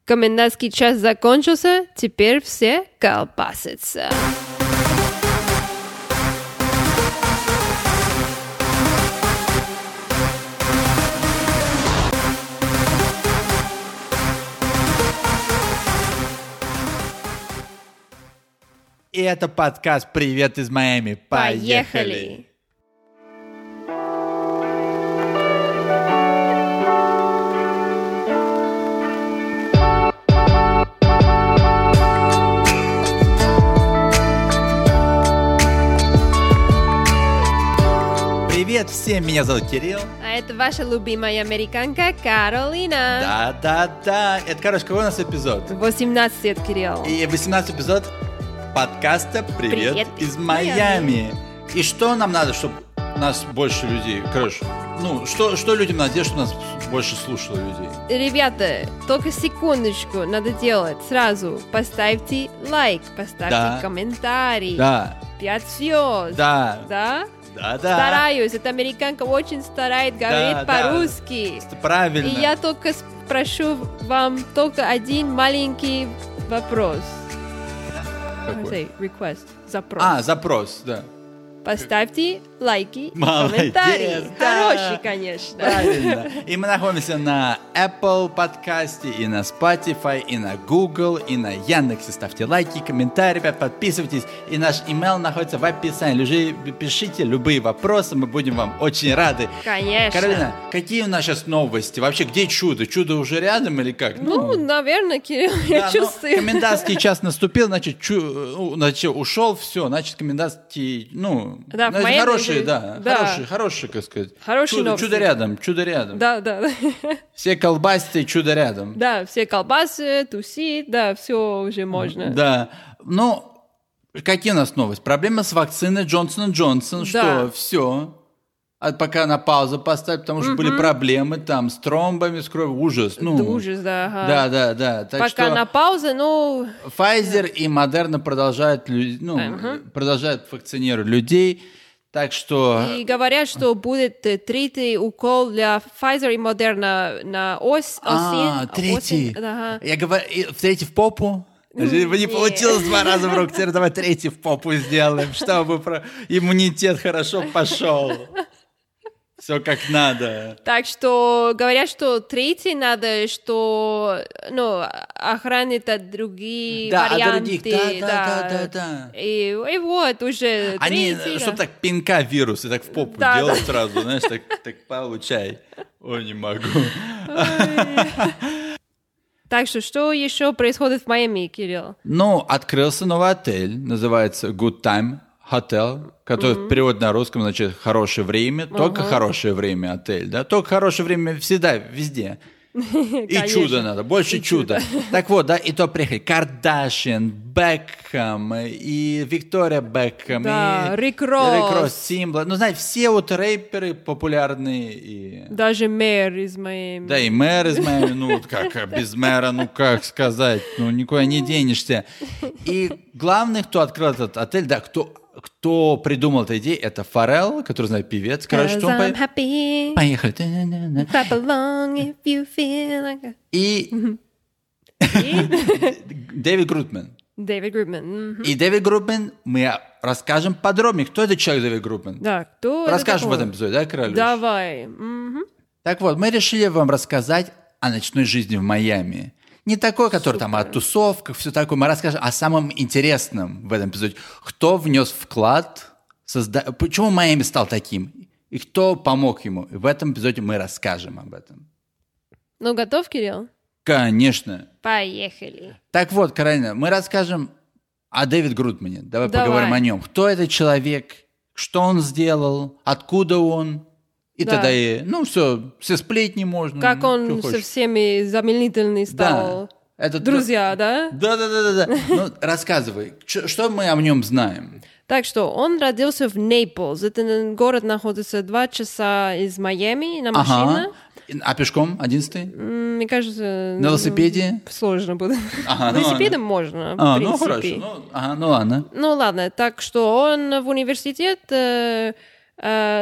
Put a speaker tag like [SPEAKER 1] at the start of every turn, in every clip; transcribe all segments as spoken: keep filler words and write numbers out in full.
[SPEAKER 1] Комендантский час закончился, теперь все колбасятся.
[SPEAKER 2] И это подкаст «Привет из Майами». Поехали!
[SPEAKER 1] Поехали.
[SPEAKER 2] Привет всем, меня зовут Кирилл.
[SPEAKER 1] А это ваша любимая американка Каролина.
[SPEAKER 2] Да-да-да, это, короче, какой у нас эпизод?
[SPEAKER 1] восемнадцать лет, Кирилл.
[SPEAKER 2] И восемнадцатый эпизод подкаста «Привет,
[SPEAKER 1] Привет
[SPEAKER 2] из
[SPEAKER 1] из
[SPEAKER 2] Майами».
[SPEAKER 1] Майами.
[SPEAKER 2] И что нам надо, чтобы нас больше людей, короче, ну, что, что людям надо делать, чтобы нас больше слушало людей?
[SPEAKER 1] Ребята, только секундочку надо делать сразу. Поставьте лайк, поставьте
[SPEAKER 2] Да.
[SPEAKER 1] комментарий.
[SPEAKER 2] Да,
[SPEAKER 1] Пять звезд.
[SPEAKER 2] да,
[SPEAKER 1] Да?
[SPEAKER 2] да-да.
[SPEAKER 1] Стараюсь. Эта американка очень старает, говорит
[SPEAKER 2] Да, да.
[SPEAKER 1] по-русски.
[SPEAKER 2] Это правильно.
[SPEAKER 1] И я только спрошу вам только один маленький вопрос.
[SPEAKER 2] Какой?
[SPEAKER 1] Say, request. Запрос.
[SPEAKER 2] А, запрос, да.
[SPEAKER 1] Поставьте лайки и
[SPEAKER 2] Молодец,
[SPEAKER 1] комментарии.
[SPEAKER 2] да.
[SPEAKER 1] Хороший, конечно.
[SPEAKER 2] Правильно. И мы находимся на Apple подкасте, и на Spotify, и на Google, и на Яндексе. Ставьте лайки, комментарии, ребят, подписывайтесь. И наш имейл находится в описании. Лежи- Пишите любые вопросы, мы будем вам очень рады.
[SPEAKER 1] Конечно.
[SPEAKER 2] Каролина, какие у нас сейчас новости? Вообще, где чудо? Чудо уже рядом или как?
[SPEAKER 1] Ну, наверное, Кирилл, я
[SPEAKER 2] да, ну,
[SPEAKER 1] чувствую.
[SPEAKER 2] комендантский час наступил, значит, чу- ну, значит, ушел, все, значит, комендантский, ну,
[SPEAKER 1] Да, в
[SPEAKER 2] значит,
[SPEAKER 1] Майами
[SPEAKER 2] хорошие,
[SPEAKER 1] же-
[SPEAKER 2] да,
[SPEAKER 1] да.
[SPEAKER 2] хорошие, хорошие, как сказать.
[SPEAKER 1] Хорошие
[SPEAKER 2] чудо,
[SPEAKER 1] новости.
[SPEAKER 2] чудо рядом, чудо рядом.
[SPEAKER 1] Да, да, да.
[SPEAKER 2] Все колбасты, чудо рядом.
[SPEAKER 1] Да, все колбасы, тусит, да, все уже можно.
[SPEAKER 2] Да. Ну, какие у нас новости? Проблема с вакциной Джонсон энд Джонсон,
[SPEAKER 1] Да.
[SPEAKER 2] что все. А пока на паузу поставить, потому что были проблемы там с тромбами, с кровью. Ужас. Ну,
[SPEAKER 1] Да, ужас, да. ага.
[SPEAKER 2] Да, да, да. Так
[SPEAKER 1] Пока
[SPEAKER 2] что
[SPEAKER 1] на паузе, ну,
[SPEAKER 2] Pfizer и Moderna продолжают, лю- ну,
[SPEAKER 1] Ага.
[SPEAKER 2] продолжают вакцинировать людей. Так что...
[SPEAKER 1] и говорят, что будет э, третий укол для Pfizer и Moderna на ос,
[SPEAKER 2] А,
[SPEAKER 1] осень.
[SPEAKER 2] третий.
[SPEAKER 1] осень, ага.
[SPEAKER 2] Я говорю, и в третий в попу? Не
[SPEAKER 1] Нет.
[SPEAKER 2] получилось два раза в руку, теперь давай третий в попу сделаем, чтобы про- иммунитет хорошо пошел. Все как надо.
[SPEAKER 1] Так что говорят, что третий надо, что ну, охранит от других
[SPEAKER 2] Да, от
[SPEAKER 1] варианты.
[SPEAKER 2] других. Да, да, да, да, да.
[SPEAKER 1] И, и вот уже
[SPEAKER 2] Они,
[SPEAKER 1] третий.
[SPEAKER 2] чтобы
[SPEAKER 1] да.
[SPEAKER 2] так пинка вирус и так в попу
[SPEAKER 1] Да,
[SPEAKER 2] делать
[SPEAKER 1] да.
[SPEAKER 2] сразу, знаешь, так, так получай. Ой, не могу.
[SPEAKER 1] Так что что еще происходит в Майами, Кирилл?
[SPEAKER 2] Ну, открылся новый отель, называется Good Time Hotel, который в переводе на русском значит «хорошее время», только хорошее время отель, да, только хорошее время всегда, везде. И
[SPEAKER 1] Конечно.
[SPEAKER 2] чудо надо, больше
[SPEAKER 1] И
[SPEAKER 2] чуда. Так вот, да, и то приехали Кардашьян, Бекхэм, и Виктория Бекхэм,
[SPEAKER 1] Да,
[SPEAKER 2] и
[SPEAKER 1] Рик Росс.
[SPEAKER 2] Рик Росс, Симбла. Ну, знаете, все вот рэперы популярные. И...
[SPEAKER 1] Даже мэр из Майами.
[SPEAKER 2] Да, и мэр из Майами, ну, вот как, а без мэра, ну, как сказать, ну, никуда не денешься. И главный, кто открыл этот отель, да, кто, кто придумал эту идею, это Фаррелл, который, знает, певец. Короче, что он
[SPEAKER 1] I'm
[SPEAKER 2] по-
[SPEAKER 1] happy.
[SPEAKER 2] Поехали.
[SPEAKER 1] Clap along if you feel like a...
[SPEAKER 2] И Дэвид Грутман.
[SPEAKER 1] Дэвид Грубман.
[SPEAKER 2] И Дэвид Грутман, мы расскажем подробнее, кто этот человек Дэвид Грутман.
[SPEAKER 1] Да, кто это
[SPEAKER 2] Расскажем в
[SPEAKER 1] такой?
[SPEAKER 2] этом эпизоде, да, Королюш?
[SPEAKER 1] Давай. Мгм.
[SPEAKER 2] Так вот, мы решили вам рассказать о ночной жизни в Майами. Не такой, который там о тусовках, все такое. Мы расскажем о самом интересном в этом эпизоде. Кто внес вклад, созда... почему Майами стал таким, и кто помог ему. И в этом эпизоде мы расскажем об этом.
[SPEAKER 1] Ну, готов, Кирилл?
[SPEAKER 2] Конечно.
[SPEAKER 1] Поехали.
[SPEAKER 2] Так вот, Каролина, мы расскажем о Дэвид Грутмане. Давай,
[SPEAKER 1] Давай.
[SPEAKER 2] поговорим о нем. Кто этот человек, что он сделал, откуда он, и
[SPEAKER 1] Да.
[SPEAKER 2] тогда и, ну, все, все сплетни можно.
[SPEAKER 1] Как
[SPEAKER 2] ну,
[SPEAKER 1] он
[SPEAKER 2] что
[SPEAKER 1] со
[SPEAKER 2] хочешь.
[SPEAKER 1] всеми знаменательный стал.
[SPEAKER 2] Да. Это
[SPEAKER 1] Друзья, да?
[SPEAKER 2] Да, да, да, да, да. Ну, рассказывай, ч- что мы о нем знаем?
[SPEAKER 1] Так что он родился в Нейплс. Это н- город находится два часа из Майами на машине.
[SPEAKER 2] Ага. А пешком одиннадцатый?
[SPEAKER 1] М, Мне кажется...
[SPEAKER 2] На велосипеде?
[SPEAKER 1] ну, Сложно будет.
[SPEAKER 2] Ага, ну
[SPEAKER 1] Велосипедом можно, в
[SPEAKER 2] А, ну
[SPEAKER 1] принципе.
[SPEAKER 2] хорошо. Ну, ага, ну ладно.
[SPEAKER 1] Ну ладно, так что он в университет э, э,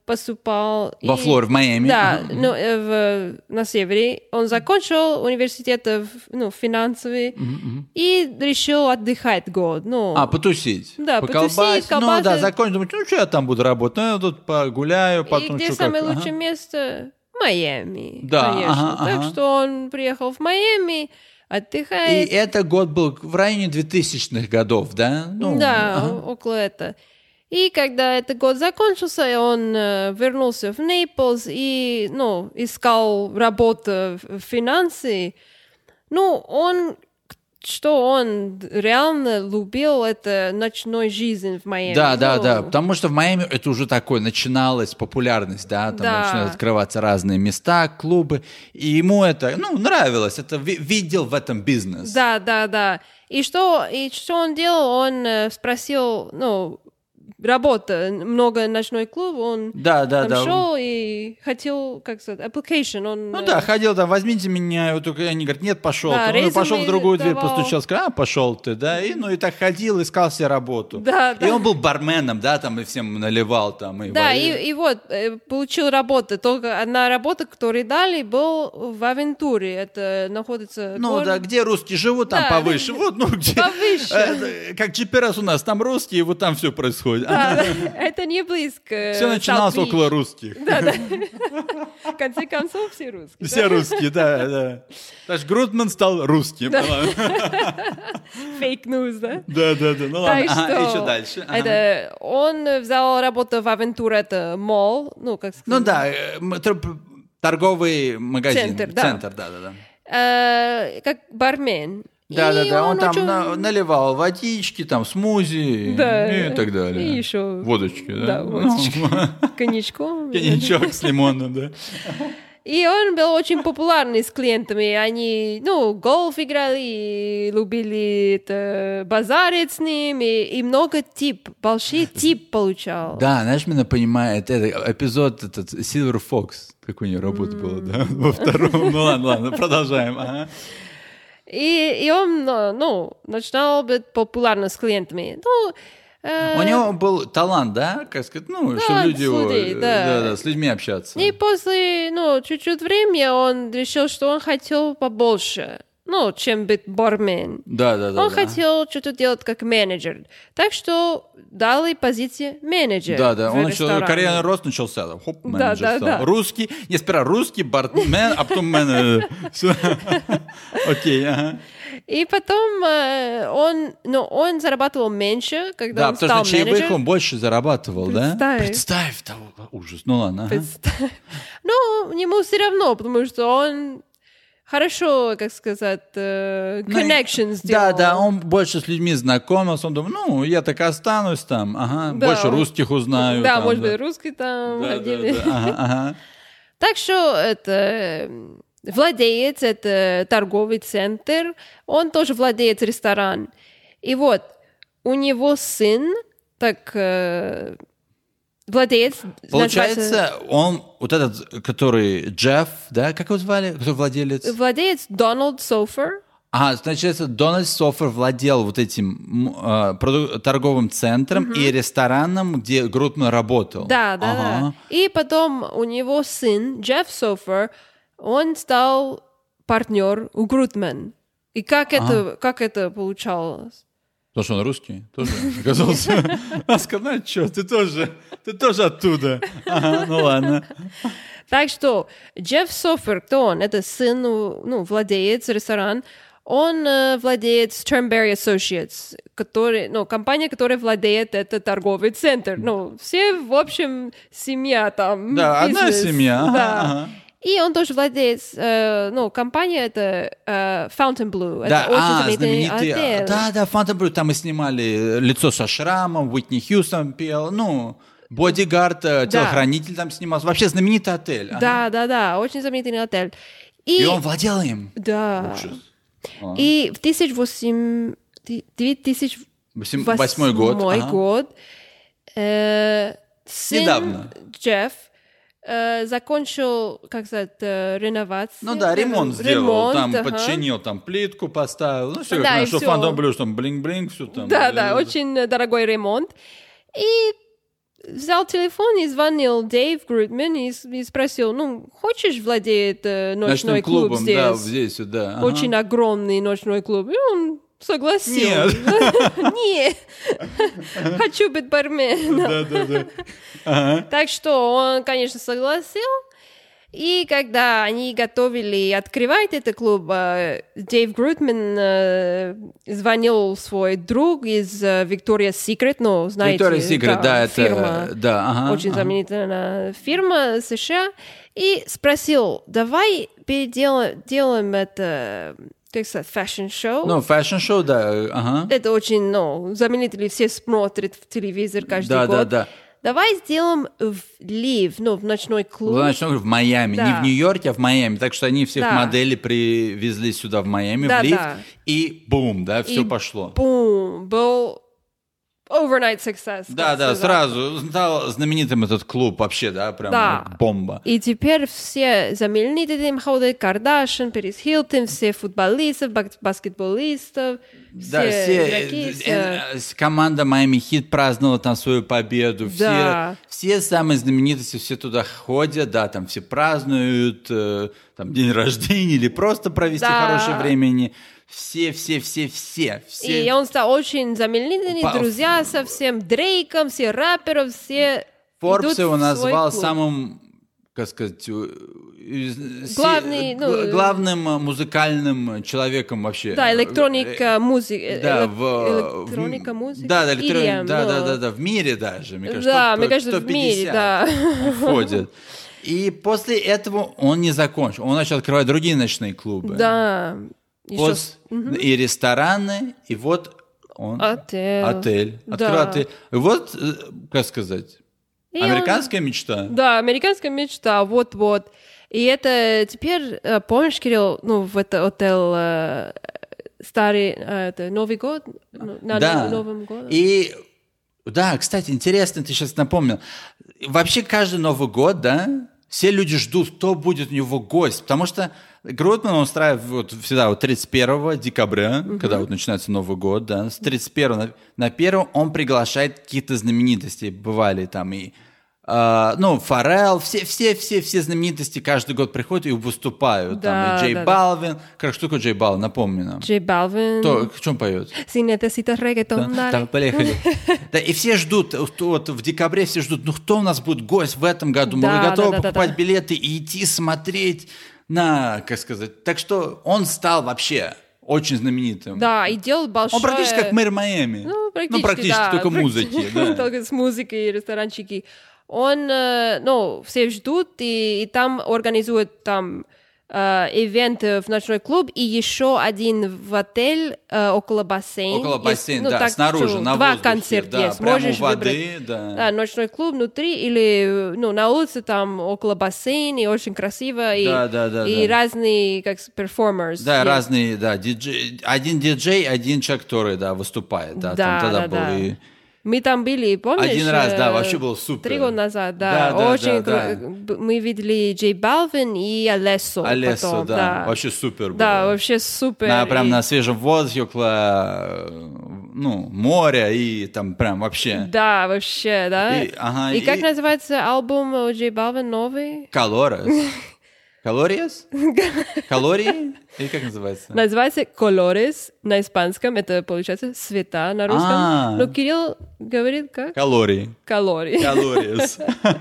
[SPEAKER 1] поступал...
[SPEAKER 2] Во
[SPEAKER 1] и-
[SPEAKER 2] Флориде, в Майами.
[SPEAKER 1] Да,
[SPEAKER 2] Ага.
[SPEAKER 1] ну, э, в, на севере. Он закончил университет э, в- ну, финансовый и решил отдыхать год. Ну,
[SPEAKER 2] А, потусить.
[SPEAKER 1] Да,
[SPEAKER 2] Поколбасить.
[SPEAKER 1] потусить,
[SPEAKER 2] Ну
[SPEAKER 1] колбасы.
[SPEAKER 2] да, закончить. Думать, ну что я там буду работать? Ну, я тут погуляю,
[SPEAKER 1] и
[SPEAKER 2] потом
[SPEAKER 1] где
[SPEAKER 2] что
[SPEAKER 1] самое
[SPEAKER 2] как.
[SPEAKER 1] лучшее
[SPEAKER 2] Ага.
[SPEAKER 1] место? Майами,
[SPEAKER 2] Да,
[SPEAKER 1] конечно.
[SPEAKER 2] ага,
[SPEAKER 1] так
[SPEAKER 2] ага.
[SPEAKER 1] что он приехал в Майами,
[SPEAKER 2] И
[SPEAKER 1] отдыхает.
[SPEAKER 2] это год был в районе двухтысячных годов, да? Ну,
[SPEAKER 1] да,
[SPEAKER 2] ага.
[SPEAKER 1] о- около этого. И когда этот год закончился, он э, вернулся в Нейплс и, ну, искал работу в в финансы. Ну, он, что он реально любил, это ночной жизнь в Майами.
[SPEAKER 2] Да, да,
[SPEAKER 1] Ну,
[SPEAKER 2] да, потому что в Майами это уже такое, начиналась популярность, да, там
[SPEAKER 1] Да.
[SPEAKER 2] начинают открываться разные места, клубы, и ему это, ну, нравилось, это ви- видел в этом бизнес.
[SPEAKER 1] Да, да, да. И что, и что он делал? Он э, спросил, ну, работа, много ночной клуб, он
[SPEAKER 2] Да, да,
[SPEAKER 1] там
[SPEAKER 2] да.
[SPEAKER 1] шел и хотел, как сказать, application. Он,
[SPEAKER 2] Ну
[SPEAKER 1] э,
[SPEAKER 2] да, ходил там, возьмите меня, вот только они говорят, нет, пошел.
[SPEAKER 1] Да,
[SPEAKER 2] ты. Он пошел в
[SPEAKER 1] резюме
[SPEAKER 2] другую дверь,
[SPEAKER 1] давал.
[SPEAKER 2] постучал, сказал, а, пошел ты, да, и, ну и так ходил, искал себе работу.
[SPEAKER 1] Да,
[SPEAKER 2] И
[SPEAKER 1] да.
[SPEAKER 2] он был барменом, да, там, и всем наливал там. И
[SPEAKER 1] Да,
[SPEAKER 2] варил.
[SPEAKER 1] и, и вот, э, получил работу. Только одна работа, которую дали, был в Авентуре. Это находится...
[SPEAKER 2] Ну
[SPEAKER 1] город-
[SPEAKER 2] да, где русские живут, там
[SPEAKER 1] Да,
[SPEAKER 2] повыше.
[SPEAKER 1] да.
[SPEAKER 2] Вот, ну где.
[SPEAKER 1] Повыше.
[SPEAKER 2] Э, Как джи пи ар эс у нас, там русские, вот там все происходит.
[SPEAKER 1] Да, это не близко.
[SPEAKER 2] Все начиналось
[SPEAKER 1] South Beach.
[SPEAKER 2] около русских.
[SPEAKER 1] Да, да. В конце концов, все русские.
[SPEAKER 2] Все русские, да, да. Даже Грутман стал русским.
[SPEAKER 1] Да.
[SPEAKER 2] Ну ладно.
[SPEAKER 1] Фейк news, да?
[SPEAKER 2] Да, да, да. Ну ладно,
[SPEAKER 1] Так
[SPEAKER 2] ага,
[SPEAKER 1] что
[SPEAKER 2] и что дальше? Ага.
[SPEAKER 1] Это он взял работу в Авентуре, это мол, ну как сказать.
[SPEAKER 2] Ну да, э, м- тр- торговый магазин.
[SPEAKER 1] Центр, да.
[SPEAKER 2] Центр, да, да, да.
[SPEAKER 1] э, как бармен.
[SPEAKER 2] Да,
[SPEAKER 1] И
[SPEAKER 2] да, да. Он, там
[SPEAKER 1] очень-
[SPEAKER 2] на- наливал водички, там смузи
[SPEAKER 1] Да.
[SPEAKER 2] и так далее.
[SPEAKER 1] И еще-
[SPEAKER 2] Водочки, да?
[SPEAKER 1] Да, водочки. коньячком.
[SPEAKER 2] Коньячок с лимоном, да.
[SPEAKER 1] И он был очень популярный с клиентами. Они, ну, гольф играли, и любили это, базарить с ними, и много тип, большой тип получал.
[SPEAKER 2] Да, знаешь, меня понимает, это эпизод этот Silver Fox, как у нее работа была, да, во втором. Ну ладно, ладно, продолжаем. Ага.
[SPEAKER 1] И, и он, ну, ну, начинал быть популярным с клиентами. Ну, э,
[SPEAKER 2] У него был талант, да, как сказать, ну, чтобы люди
[SPEAKER 1] с
[SPEAKER 2] его,
[SPEAKER 1] людей,
[SPEAKER 2] э,
[SPEAKER 1] да.
[SPEAKER 2] да, да, с людьми общаться.
[SPEAKER 1] И после, ну, чуть-чуть времени он решил, что он хотел побольше, ну, чем быть бармен.
[SPEAKER 2] Да, да, да.
[SPEAKER 1] Он
[SPEAKER 2] да.
[SPEAKER 1] хотел что-то делать как менеджер. Так что дали позицию менеджера.
[SPEAKER 2] Да, да,
[SPEAKER 1] в
[SPEAKER 2] он начал,
[SPEAKER 1] ресторане.
[SPEAKER 2] карьерный рост начался, да, хоп,
[SPEAKER 1] Да,
[SPEAKER 2] менеджер
[SPEAKER 1] да,
[SPEAKER 2] стал.
[SPEAKER 1] да.
[SPEAKER 2] Русский, не, сперва русский, бармен, а потом менеджер. Всё. Окей, ага.
[SPEAKER 1] И потом э, он, ну, он зарабатывал меньше, когда
[SPEAKER 2] Да,
[SPEAKER 1] он
[SPEAKER 2] потому
[SPEAKER 1] стал
[SPEAKER 2] что чаевых
[SPEAKER 1] менеджером.
[SPEAKER 2] он больше зарабатывал, да?
[SPEAKER 1] Представь.
[SPEAKER 2] Представь, того, ужас, ну ладно. ага.
[SPEAKER 1] Представь. Ну, ему все равно, потому что он хорошо, как сказать, э,
[SPEAKER 2] Ну,
[SPEAKER 1] connections
[SPEAKER 2] Да,
[SPEAKER 1] делал.
[SPEAKER 2] да, он больше с людьми знакомился, он думал, ну, я так и останусь там, ага,
[SPEAKER 1] Да,
[SPEAKER 2] больше
[SPEAKER 1] он-
[SPEAKER 2] русских узнаю.
[SPEAKER 1] Да,
[SPEAKER 2] там,
[SPEAKER 1] может
[SPEAKER 2] да.
[SPEAKER 1] быть, русский там
[SPEAKER 2] Да, да,
[SPEAKER 1] ходили.
[SPEAKER 2] да, ага, ага.
[SPEAKER 1] Так что это э, владелец, это торговый центр, он тоже владеет ресторан. И вот у него сын, так э, владелец.
[SPEAKER 2] Получается,
[SPEAKER 1] называется-
[SPEAKER 2] он, вот этот, который Джефф, да, как его звали, который владелец?
[SPEAKER 1] Владелец Дональд Софер.
[SPEAKER 2] Ага, значит, Дональд Софер владел вот этим м, э, проду- торговым центром и рестораном, где Грутман работал.
[SPEAKER 1] Да, да,
[SPEAKER 2] Ага.
[SPEAKER 1] да. И потом у него сын Джефф Софер, он стал партнер у Грутман. И как это, как это получалось?
[SPEAKER 2] Потому что он русский тоже оказался. А сказать, что, ты тоже, ты тоже оттуда. Ага, ну ладно.
[SPEAKER 1] Так что Джефф Софер, кто он? Это сын, ну, владелец ресторан. Он э, владеет Turnberry Associates, который, ну, компания, которая владеет это торговый центр. Ну, все, в общем, семья там.
[SPEAKER 2] Да, одна
[SPEAKER 1] бизнес.
[SPEAKER 2] семья. Ага,
[SPEAKER 1] Да.
[SPEAKER 2] ага.
[SPEAKER 1] И он тоже владеет, э, ну, компания это э, Fontainebleau.
[SPEAKER 2] Да,
[SPEAKER 1] это очень
[SPEAKER 2] а,
[SPEAKER 1] знаменитый
[SPEAKER 2] знаменитый.
[SPEAKER 1] отель.
[SPEAKER 2] Да, да, Фонтенблю, там мы снимали лицо со шрамом, Уитни Хьюстон пел, ну, бодигард, э, телохранитель там снимался. Вообще знаменитый отель. Ага.
[SPEAKER 1] Да, да, да, очень знаменитый отель. И,
[SPEAKER 2] И он владел им.
[SPEAKER 1] да.
[SPEAKER 2] Ужас. А.
[SPEAKER 1] И в тысяча восемь- две тысячи
[SPEAKER 2] Восемь- Восьмой год.
[SPEAKER 1] восьмой
[SPEAKER 2] ага.
[SPEAKER 1] год, э, сын
[SPEAKER 2] Недавно.
[SPEAKER 1] Джефф э, закончил, как сказать, э, реновацию.
[SPEAKER 2] Ну да, ремонт сделал,
[SPEAKER 1] Ремонт,
[SPEAKER 2] там
[SPEAKER 1] ага.
[SPEAKER 2] подчинил, там плитку поставил, ну все,
[SPEAKER 1] Да,
[SPEAKER 2] как
[SPEAKER 1] и
[SPEAKER 2] нашел
[SPEAKER 1] всё.
[SPEAKER 2] Фонтенблю, там блинг-блинг, все там.
[SPEAKER 1] Да, да, очень дорогой ремонт. И взял телефон и звонил Дэйв Грутман и, и спросил, ну, хочешь владеть э, ночной
[SPEAKER 2] Ночным
[SPEAKER 1] клуб
[SPEAKER 2] клубом,
[SPEAKER 1] здесь?
[SPEAKER 2] да, здесь, вот, да. Ага.
[SPEAKER 1] Очень огромный ночной клуб. И он согласился. Нет. Хочу быть барменом.
[SPEAKER 2] Да, да, да. Ага.
[SPEAKER 1] Так что он, конечно, согласился. И когда они готовили открывать этот клуб, э, Дэйв Грутман э, звонил свой друг из э, Victoria's Secret, ну, знаете,
[SPEAKER 2] Victoria's Secret, да, это...
[SPEAKER 1] фирма,
[SPEAKER 2] да, ага,
[SPEAKER 1] очень
[SPEAKER 2] ага.
[SPEAKER 1] знаменитая фирма США, и спросил, давай переделаем делаем это, как сказать, фэшн-шоу.
[SPEAKER 2] Ну, фэшн-шоу, да, ага.
[SPEAKER 1] Это очень, ну, знаменитые, все смотрят в телевизор каждый
[SPEAKER 2] Да,
[SPEAKER 1] год.
[SPEAKER 2] да, да.
[SPEAKER 1] Давай сделаем в Лив, ну, в ночной клуб.
[SPEAKER 2] В ночной клуб в Майами.
[SPEAKER 1] Да.
[SPEAKER 2] Не в Нью-Йорке, а в Майами. Так что они всех
[SPEAKER 1] Да.
[SPEAKER 2] моделей привезли сюда, в Майами,
[SPEAKER 1] Да,
[SPEAKER 2] в Лив.
[SPEAKER 1] да.
[SPEAKER 2] И бум, да, все
[SPEAKER 1] И
[SPEAKER 2] пошло.
[SPEAKER 1] Бум, был overnight success.
[SPEAKER 2] Да,
[SPEAKER 1] как
[SPEAKER 2] да,
[SPEAKER 1] сказать.
[SPEAKER 2] сразу стал знаменитым этот клуб вообще, да, прям
[SPEAKER 1] Да.
[SPEAKER 2] вот бомба.
[SPEAKER 1] И теперь все знаменитые там ходят, Кардашьян, Пэрис Хилтон, все футболисты, бас- баскетболисты,
[SPEAKER 2] Да,
[SPEAKER 1] все
[SPEAKER 2] все,
[SPEAKER 1] игроки,
[SPEAKER 2] э,
[SPEAKER 1] все-
[SPEAKER 2] э, с- команда Майами Хит праздновала там свою победу.
[SPEAKER 1] Да.
[SPEAKER 2] Все, все самые знаменитости, все туда ходят, да, там все празднуют, э, там день рождения или просто провести
[SPEAKER 1] Да.
[SPEAKER 2] хорошее время. Все, все, все, все, все.
[SPEAKER 1] И он стал очень знаменитым,
[SPEAKER 2] По-
[SPEAKER 1] друзья со всем Дрейком, все рэперов, все
[SPEAKER 2] Forbes
[SPEAKER 1] идут
[SPEAKER 2] его
[SPEAKER 1] в свой
[SPEAKER 2] назвал
[SPEAKER 1] клуб.
[SPEAKER 2] самым, как сказать, э, э, се-
[SPEAKER 1] Главный, ну,
[SPEAKER 2] г- главным э, музыкальным человеком вообще.
[SPEAKER 1] Да,
[SPEAKER 2] Э,
[SPEAKER 1] электроника, музыка.
[SPEAKER 2] Да,
[SPEAKER 1] элек-
[SPEAKER 2] в,
[SPEAKER 1] электроника,
[SPEAKER 2] в-
[SPEAKER 1] музыка.
[SPEAKER 2] Да, да, электро-
[SPEAKER 1] И эм,
[SPEAKER 2] да,
[SPEAKER 1] ну,
[SPEAKER 2] да, да, да, в мире даже, мне кажется,
[SPEAKER 1] Да,
[SPEAKER 2] топ-
[SPEAKER 1] мне кажется,
[SPEAKER 2] топ
[SPEAKER 1] в мире,
[SPEAKER 2] пятьдесят
[SPEAKER 1] да.
[SPEAKER 2] входит. И после этого он не закончил. Он начал открывать другие ночные клубы.
[SPEAKER 1] Да. Еще
[SPEAKER 2] Вот,
[SPEAKER 1] с-
[SPEAKER 2] и рестораны, и вот он...
[SPEAKER 1] Отель.
[SPEAKER 2] Отель. Открыл
[SPEAKER 1] Да.
[SPEAKER 2] отель. И вот, э, как сказать,
[SPEAKER 1] И он-
[SPEAKER 2] американская мечта.
[SPEAKER 1] Да, американская мечта, вот-вот. И это теперь, э, помнишь, Кирилл, ну, в это отель э, старый, э, это Новый год? Ну, на
[SPEAKER 2] Да.
[SPEAKER 1] Новым годом.
[SPEAKER 2] И да, кстати, интересно, ты сейчас напомнил. Вообще каждый Новый год, да, все люди ждут, кто будет у него гость, потому что Грутман он устраивает вот всегда вот тридцать первого декабря, когда вот начинается Новый год, да, с тридцать первого на, на первого он приглашает каких-то знаменитостей, бывали там и а, ну, Фаррелл, все, все, все, все знаменитости каждый год приходят и выступают.
[SPEAKER 1] Да,
[SPEAKER 2] там и Джей
[SPEAKER 1] да, да.
[SPEAKER 2] Балвин. Как что такое Джей Балвин? Напомни нам.
[SPEAKER 1] Джей Балвин.
[SPEAKER 2] Кто, в чем поет?
[SPEAKER 1] Si necesitas reggaeton,
[SPEAKER 2] Да,
[SPEAKER 1] dale.
[SPEAKER 2] так, поехали. Да, и все ждут, вот, вот в декабре все ждут, ну кто у нас будет гость в этом году? Мы
[SPEAKER 1] Да,
[SPEAKER 2] готовы
[SPEAKER 1] да, да,
[SPEAKER 2] покупать
[SPEAKER 1] да.
[SPEAKER 2] билеты и идти смотреть на, как сказать. Так что он стал вообще очень знаменитым.
[SPEAKER 1] Да, и делал большое...
[SPEAKER 2] Он практически как мэр Майами.
[SPEAKER 1] Ну, практически, да.
[SPEAKER 2] только
[SPEAKER 1] Практи-
[SPEAKER 2] музыки. Да.
[SPEAKER 1] Только с музыкой и ресторанчики. Он, э, ну, все ждут, и, и там организуют там э, ивент в ночной клуб, и еще один в отель э, около бассейна.
[SPEAKER 2] Около
[SPEAKER 1] Есть,
[SPEAKER 2] бассейна,
[SPEAKER 1] ну,
[SPEAKER 2] да,
[SPEAKER 1] так
[SPEAKER 2] снаружи,
[SPEAKER 1] что
[SPEAKER 2] на
[SPEAKER 1] два
[SPEAKER 2] воздухе.
[SPEAKER 1] концерта
[SPEAKER 2] Да,
[SPEAKER 1] есть.
[SPEAKER 2] прямо у
[SPEAKER 1] Можешь
[SPEAKER 2] воды,
[SPEAKER 1] выбрать.
[SPEAKER 2] да.
[SPEAKER 1] Да, ночной клуб внутри или ну, на улице там около бассейна, и очень красиво. И,
[SPEAKER 2] Да, да, да,
[SPEAKER 1] и
[SPEAKER 2] да.
[SPEAKER 1] разные, как перформерс.
[SPEAKER 2] Да,
[SPEAKER 1] есть.
[SPEAKER 2] разные, да, диджей, один диджей, один человек, который, да, выступает, да,
[SPEAKER 1] Да,
[SPEAKER 2] там тогда
[SPEAKER 1] да,
[SPEAKER 2] был
[SPEAKER 1] да.
[SPEAKER 2] и...
[SPEAKER 1] Мы там были, помнишь?
[SPEAKER 2] Один раз, да,
[SPEAKER 1] э,
[SPEAKER 2] вообще был супер.
[SPEAKER 1] Три года назад, да.
[SPEAKER 2] Да, да,
[SPEAKER 1] Очень
[SPEAKER 2] да,
[SPEAKER 1] кру- б- Мы видели Джей Балвин и Алессо.
[SPEAKER 2] Алессо,
[SPEAKER 1] потом,
[SPEAKER 2] да, вообще супер было.
[SPEAKER 1] Да, вообще супер.
[SPEAKER 2] На, прям
[SPEAKER 1] И-
[SPEAKER 2] на свежем воздухе, около, ну, моря, и там прям вообще...
[SPEAKER 1] Да, вообще, да.
[SPEAKER 2] И, ага,
[SPEAKER 1] И как
[SPEAKER 2] и-
[SPEAKER 1] называется альбом у Джей Балвин новый?
[SPEAKER 2] Калорас. Калориас? Калории? Или как называется?
[SPEAKER 1] Называется «Colores» на испанском. Это, получается, цвета на русском.
[SPEAKER 2] А.
[SPEAKER 1] Но Кирилл говорит как?
[SPEAKER 2] Калории.
[SPEAKER 1] Калории.
[SPEAKER 2] Калориас.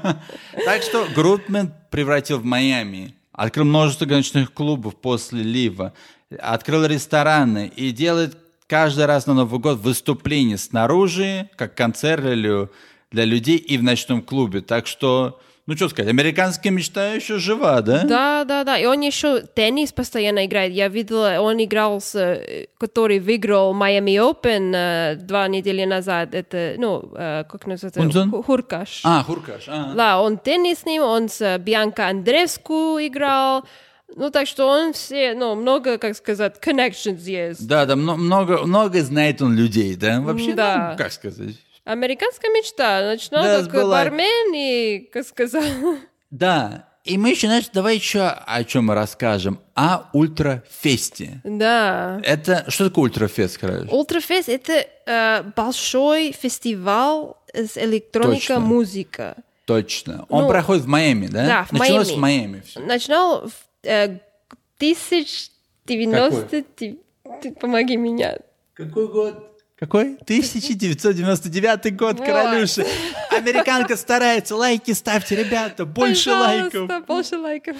[SPEAKER 2] Так что Грутман превратил в Майами. Открыл множество ночных клубов после Лива. Открыл рестораны и делает каждый раз на Новый год выступление снаружи, как концерт для, для людей и в ночном клубе. Так что, ну что сказать, американская мечта еще жива, да?
[SPEAKER 1] Да, да, да. И он еще теннис постоянно играет. Я видела, он играл с, э, который выиграл Miami Open э, два недели назад. Это, ну, э, как называется?
[SPEAKER 2] Хунзон?
[SPEAKER 1] Ху- Хуркаш.
[SPEAKER 2] А, Хуркаш. а.
[SPEAKER 1] Да, он теннис с ним, он с Бианка Андреску играл. Ну, так что он все, ну, много, как сказать, connections есть.
[SPEAKER 2] Да, да, мно- много, много знает он людей, да? Вообще,
[SPEAKER 1] Да.
[SPEAKER 2] ну, как сказать.
[SPEAKER 1] Американская мечта. Начинал
[SPEAKER 2] Да,
[SPEAKER 1] как
[SPEAKER 2] сбылась.
[SPEAKER 1] бармен и, как сказать...
[SPEAKER 2] Да, И мы еще, знаешь, давай еще о чем мы расскажем. О Ультрафесте.
[SPEAKER 1] Да.
[SPEAKER 2] Это, что такое Ультрафест, короче?
[SPEAKER 1] Ультрафест — это э, большой фестиваль с электроника, музыка.
[SPEAKER 2] Точно. Он
[SPEAKER 1] ну,
[SPEAKER 2] проходит в Майами, да?
[SPEAKER 1] Да, в
[SPEAKER 2] Началось
[SPEAKER 1] Майами.
[SPEAKER 2] в Майами. Все.
[SPEAKER 1] Начинал в э, тысяча девятьсот... Ты, помоги меня.
[SPEAKER 2] Какой год? Какой? тысяча девятьсот девяносто девятый год,
[SPEAKER 1] Вот.
[SPEAKER 2] королюша. Американка старается. Лайки ставьте, ребята. Больше
[SPEAKER 1] Пожалуйста,
[SPEAKER 2] лайков.
[SPEAKER 1] больше лайков.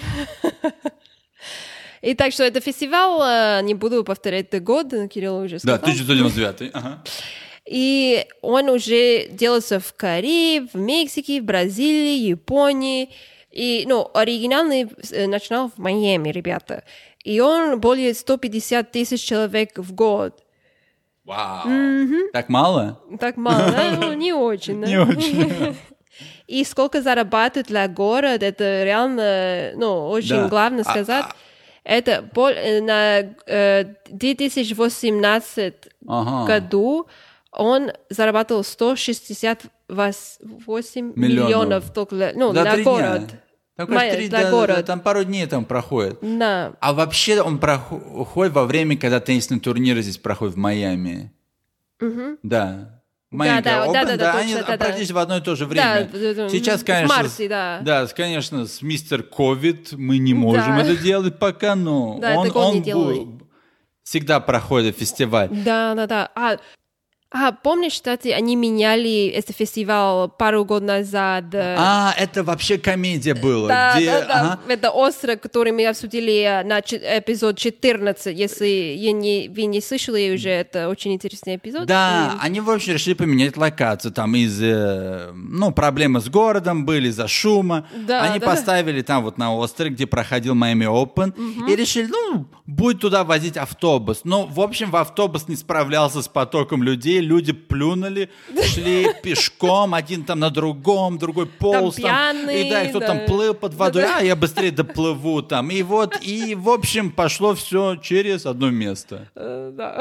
[SPEAKER 1] И так что это фестиваль, не буду повторять этот год, Кирилл уже сказал.
[SPEAKER 2] Да, тысяча девятьсот девяносто девятый. Ага.
[SPEAKER 1] И он уже делался в Корее, в Мексике, в Бразилии, Японии. И, ну, оригинальный начинал в Майами, ребята. И он более сто пятьдесят тысяч человек в год.
[SPEAKER 2] Вау.
[SPEAKER 1] Mm-hmm.
[SPEAKER 2] Так мало?
[SPEAKER 1] Так мало, да? Ну, не очень. Да?
[SPEAKER 2] Не очень.
[SPEAKER 1] И сколько зарабатывают для города, это реально, ну, очень
[SPEAKER 2] Да.
[SPEAKER 1] главное
[SPEAKER 2] А-
[SPEAKER 1] сказать.
[SPEAKER 2] а-
[SPEAKER 1] Это пол- на э, две тысячи восемнадцатом
[SPEAKER 2] Ага.
[SPEAKER 1] году он зарабатывал сто шестьдесят восемь
[SPEAKER 2] Миллионов.
[SPEAKER 1] миллионов только, ну,
[SPEAKER 2] За
[SPEAKER 1] на
[SPEAKER 2] три
[SPEAKER 1] город.
[SPEAKER 2] дня. Только
[SPEAKER 1] Май-
[SPEAKER 2] три,
[SPEAKER 1] для
[SPEAKER 2] да,
[SPEAKER 1] города.
[SPEAKER 2] да, там пару дней там проходит.
[SPEAKER 1] Да.
[SPEAKER 2] А вообще он проходит во время, когда теннисные турниры здесь проходят в Майами.
[SPEAKER 1] Мгм.
[SPEAKER 2] Да.
[SPEAKER 1] Да,
[SPEAKER 2] Маленькая
[SPEAKER 1] да,
[SPEAKER 2] Open,
[SPEAKER 1] да, да, да,
[SPEAKER 2] они
[SPEAKER 1] точно, да, да.
[SPEAKER 2] практически в одно и то же время.
[SPEAKER 1] Да, да, да.
[SPEAKER 2] Сейчас,
[SPEAKER 1] В
[SPEAKER 2] конечно,
[SPEAKER 1] марте, да.
[SPEAKER 2] Да, конечно, с мистер Ковид мы не можем
[SPEAKER 1] Да.
[SPEAKER 2] это делать пока, но
[SPEAKER 1] Да,
[SPEAKER 2] он,
[SPEAKER 1] так он не
[SPEAKER 2] бу-
[SPEAKER 1] делает.
[SPEAKER 2] всегда проходит фестиваль.
[SPEAKER 1] Да, да, да. А, а помнишь, кстати, они меняли этот фестиваль пару год назад? э,
[SPEAKER 2] А, это вообще комедия была.
[SPEAKER 1] Да,
[SPEAKER 2] где...
[SPEAKER 1] да, да.
[SPEAKER 2] ага.
[SPEAKER 1] Это остров, который мы обсудили на ч- эпизод четырнадцать. Если я не, вы не слышали уже, это очень интересный эпизод.
[SPEAKER 2] Да,
[SPEAKER 1] И-
[SPEAKER 2] они, в общем, решили поменять локацию. Там из, э, ну, проблемы с городом были, из-за шума.
[SPEAKER 1] Да,
[SPEAKER 2] они
[SPEAKER 1] да,
[SPEAKER 2] поставили там вот на острове, где проходил Miami Open, и решили, ну, будет туда возить автобус. Но, в общем, в автобус не справлялся с потоком людей, люди плюнули, шли пешком, один там на другом, другой полз. Там,
[SPEAKER 1] пьяный,
[SPEAKER 2] и да, и кто
[SPEAKER 1] да.
[SPEAKER 2] там плыл под водой,
[SPEAKER 1] Да-да.
[SPEAKER 2] а я быстрее доплыву там. И вот, и, в общем, пошло все через одно место.
[SPEAKER 1] Э, да.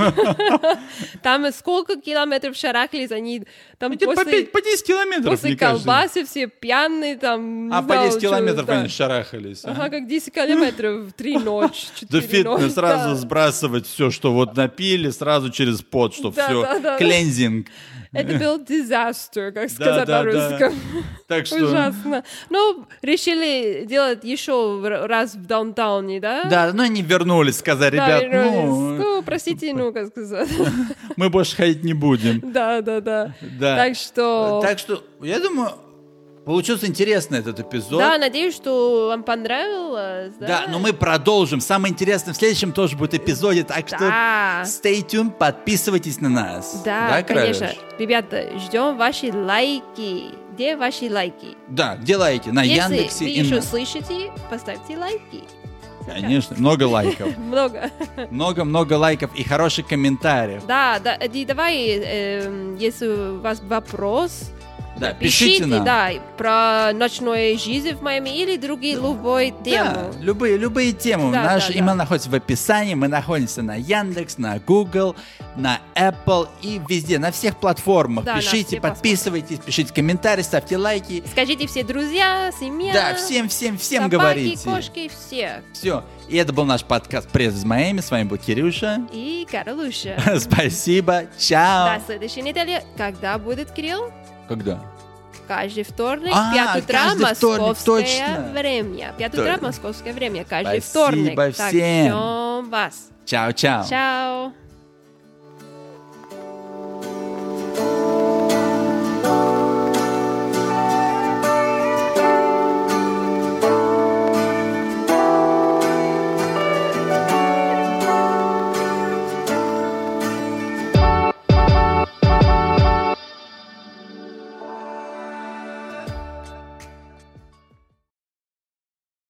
[SPEAKER 1] Там сколько километров шарахались, они там
[SPEAKER 2] Эти по,
[SPEAKER 1] после,
[SPEAKER 2] пять- по десять километров,
[SPEAKER 1] после
[SPEAKER 2] мне кажется.
[SPEAKER 1] колбасы все пьяные, там, не
[SPEAKER 2] А по
[SPEAKER 1] знаю,
[SPEAKER 2] десять
[SPEAKER 1] чё,
[SPEAKER 2] километров
[SPEAKER 1] да.
[SPEAKER 2] они шарахались.
[SPEAKER 1] Ага,
[SPEAKER 2] Ага.
[SPEAKER 1] как десять километров в три ночи,
[SPEAKER 2] До
[SPEAKER 1] четыре ночи.
[SPEAKER 2] фитнес сразу
[SPEAKER 1] да.
[SPEAKER 2] сбрасывать все, что вот напили, сразу через пот, чтобы
[SPEAKER 1] Да,
[SPEAKER 2] все
[SPEAKER 1] да, да.
[SPEAKER 2] клинзинг.
[SPEAKER 1] Это был disaster, как
[SPEAKER 2] Да,
[SPEAKER 1] сказать
[SPEAKER 2] да,
[SPEAKER 1] на
[SPEAKER 2] да.
[SPEAKER 1] русском.
[SPEAKER 2] Так что...
[SPEAKER 1] Ужасно. Ну, решили делать еще в- раз в даунтауне, да?
[SPEAKER 2] Да, ну они вернулись, сказали,
[SPEAKER 1] Да,
[SPEAKER 2] ребят,
[SPEAKER 1] вернулись.
[SPEAKER 2] ну,
[SPEAKER 1] Ну, простите, ну, как сказать.
[SPEAKER 2] мы больше ходить не будем.
[SPEAKER 1] Да, да, да.
[SPEAKER 2] Да.
[SPEAKER 1] Так что...
[SPEAKER 2] Так что, я думаю, получился интересный этот эпизод.
[SPEAKER 1] Да, надеюсь, что вам понравилось. Да,
[SPEAKER 2] Да, но мы продолжим. Самое интересное в следующем тоже будет эпизоде, так что
[SPEAKER 1] Да.
[SPEAKER 2] stay tuned, подписывайтесь на нас.
[SPEAKER 1] Да,
[SPEAKER 2] Каролюш?
[SPEAKER 1] конечно. Ребята, ждем ваши лайки. Где ваши лайки?
[SPEAKER 2] Да, где лайки? На
[SPEAKER 1] Если
[SPEAKER 2] Яндексе
[SPEAKER 1] вы
[SPEAKER 2] и
[SPEAKER 1] еще
[SPEAKER 2] на...
[SPEAKER 1] слышите, поставьте лайки.
[SPEAKER 2] Конечно, много лайков.
[SPEAKER 1] Много.
[SPEAKER 2] Много-много лайков и хороших комментариев.
[SPEAKER 1] Да, да, и давай, эм, если у вас вопрос,
[SPEAKER 2] Да, пишите нам.
[SPEAKER 1] да, про ночную жизнь в Майами или другие любой
[SPEAKER 2] Да,
[SPEAKER 1] тему.
[SPEAKER 2] любые, любые темы.
[SPEAKER 1] Да,
[SPEAKER 2] Наш
[SPEAKER 1] да,
[SPEAKER 2] email
[SPEAKER 1] да.
[SPEAKER 2] находится в описании. Мы находимся на Яндекс, на Google, на Apple и везде, на всех платформах.
[SPEAKER 1] Да, на
[SPEAKER 2] Пишите,
[SPEAKER 1] все
[SPEAKER 2] подписывайтесь, пишите комментарии, ставьте лайки.
[SPEAKER 1] Скажите все друзья, семья.
[SPEAKER 2] Да, всем, всем, всем
[SPEAKER 1] собаки,
[SPEAKER 2] говорите.
[SPEAKER 1] кошки, все.
[SPEAKER 2] Все. И это был наш подкаст «Привет из Майами». С вами был Кирюша.
[SPEAKER 1] И Каролуша.
[SPEAKER 2] Спасибо. Чао.
[SPEAKER 1] До следующей недели. Когда будет, Кирилл?
[SPEAKER 2] Когда?
[SPEAKER 1] Каждый вторник,
[SPEAKER 2] А,
[SPEAKER 1] пять утра,
[SPEAKER 2] каждый вторник,
[SPEAKER 1] московское
[SPEAKER 2] точно.
[SPEAKER 1] время. пять утра,
[SPEAKER 2] Точно.
[SPEAKER 1] московское время, каждый
[SPEAKER 2] Спасибо
[SPEAKER 1] вторник. Так,
[SPEAKER 2] всем.
[SPEAKER 1] ждем вас.
[SPEAKER 2] Чао-чао.
[SPEAKER 1] Чао.